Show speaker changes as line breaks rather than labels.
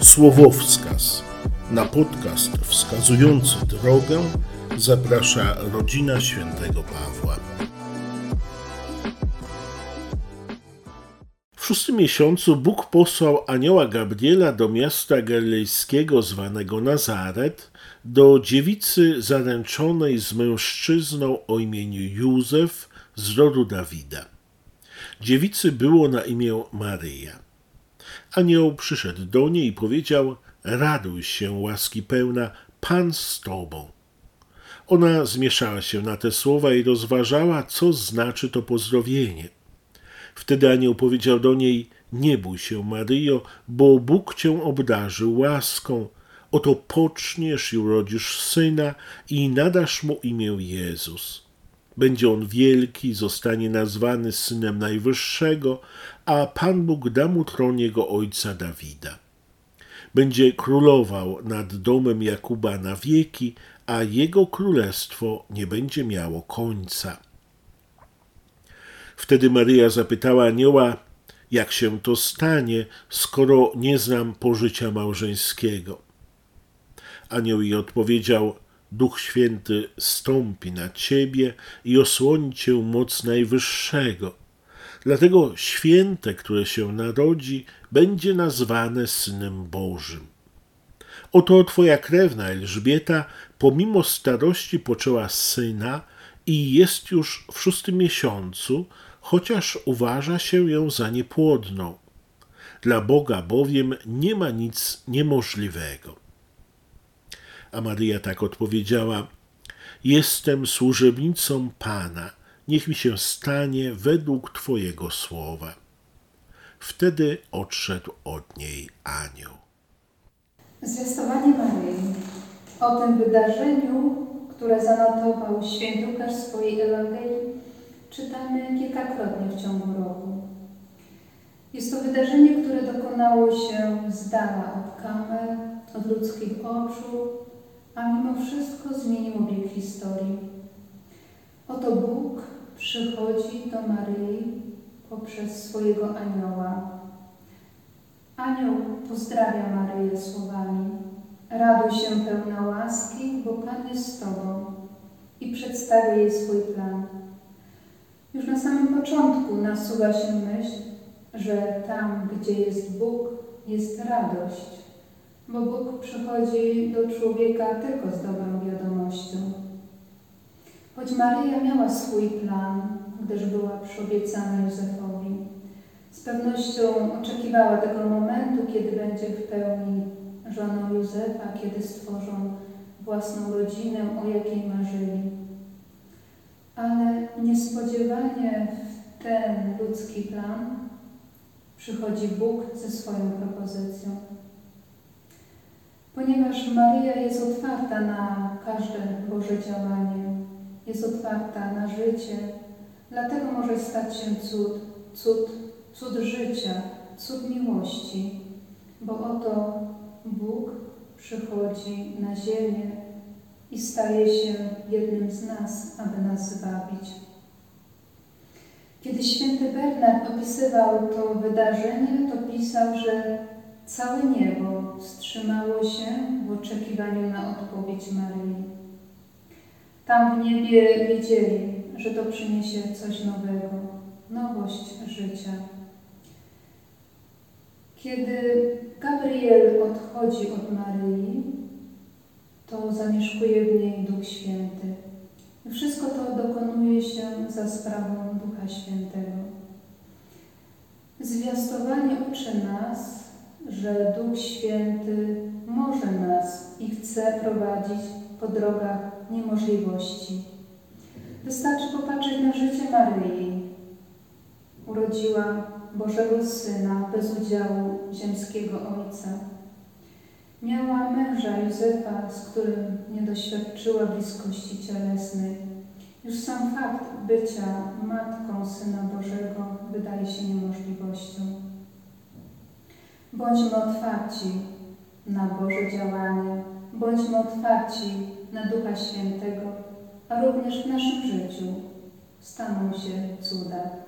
Słowowskaz. Na podcast wskazujący drogę zaprasza rodzina świętego Pawła. W 6. miesiącu Bóg posłał anioła Gabriela do miasta galilejskiego zwanego Nazaret, do dziewicy zaręczonej z mężczyzną o imieniu Józef z rodu Dawida. Dziewicy było na imię Maryja. Anioł przyszedł do niej i powiedział: raduj się, łaski pełna, Pan z tobą. Ona zmieszała się na te słowa i rozważała, co znaczy to pozdrowienie. Wtedy anioł powiedział do niej: nie bój się, Maryjo, bo Bóg cię obdarzył łaską. Oto poczniesz i urodzisz syna i nadasz mu imię Jezus. Będzie on wielki, zostanie nazwany Synem Najwyższego, a Pan Bóg da mu tron jego ojca Dawida. Będzie królował nad domem Jakuba na wieki, a jego królestwo nie będzie miało końca. Wtedy Maryja zapytała anioła: jak się to stanie, skoro nie znam pożycia małżeńskiego? Anioł jej odpowiedział: Duch Święty stąpi na ciebie i osłoni cię moc Najwyższego. Dlatego święte, które się narodzi, będzie nazwane Synem Bożym. Oto twoja krewna Elżbieta pomimo starości poczęła syna i jest już w 6. miesiącu, chociaż uważa się ją za niepłodną. Dla Boga bowiem nie ma nic niemożliwego. A Maryja tak odpowiedziała: jestem służebnicą Pana, niech mi się stanie według Twojego słowa. Wtedy odszedł od niej anioł.
Zwiastowanie Maryi. O tym wydarzeniu, które zanotował święty Łukasz w swojej Ewangelii, czytamy kilkakrotnie w ciągu roku. Jest to wydarzenie, które dokonało się z dala od kamer, od ludzkich oczu, a mimo wszystko zmieniło bieg historii. Oto Bóg przychodzi do Maryi poprzez swojego anioła. Anioł pozdrawia Maryję słowami: raduj się, pełna łaski, bo Pan jest z tobą, i przedstawia jej swój plan. Już na samym początku nasuwa się myśl, że tam, gdzie jest Bóg, jest radość, bo Bóg przychodzi do człowieka tylko z dobrą wiadomością. Choć Maryja miała swój plan, gdyż była przyobiecana Józefowi, z pewnością oczekiwała tego momentu, kiedy będzie w pełni żoną Józefa, kiedy stworzą własną rodzinę, o jakiej marzyli. Ale niespodziewanie w ten ludzki plan przychodzi Bóg ze swoją propozycją. Ponieważ Maryja jest otwarta na każde Boże działanie, jest otwarta na życie, dlatego może stać się cud życia, cud miłości, bo oto Bóg przychodzi na ziemię i staje się jednym z nas, aby nas zbawić. Kiedy święty Bernard opisywał to wydarzenie, to pisał, że całe niebo wstrzymało się w oczekiwaniu na odpowiedź Maryi. Tam w niebie wiedzieli, że to przyniesie coś nowego, nowość życia. Kiedy Gabriel odchodzi od Maryi, to zamieszkuje w niej Duch Święty. I wszystko to dokonuje się za sprawą Ducha Świętego. Zwiastowanie uczy nas, że Duch Święty może nas i chce prowadzić po drogach niemożliwości. Wystarczy popatrzeć na życie Maryi. Urodziła Bożego Syna bez udziału ziemskiego Ojca. Miała męża Józefa, z którym nie doświadczyła bliskości cielesnej. Już sam fakt bycia matką Syna Bożego wydaje się niemożliwością. Bądźmy otwarci na Boże działanie, bądźmy otwarci na Ducha Świętego, a również w naszym życiu staną się cuda.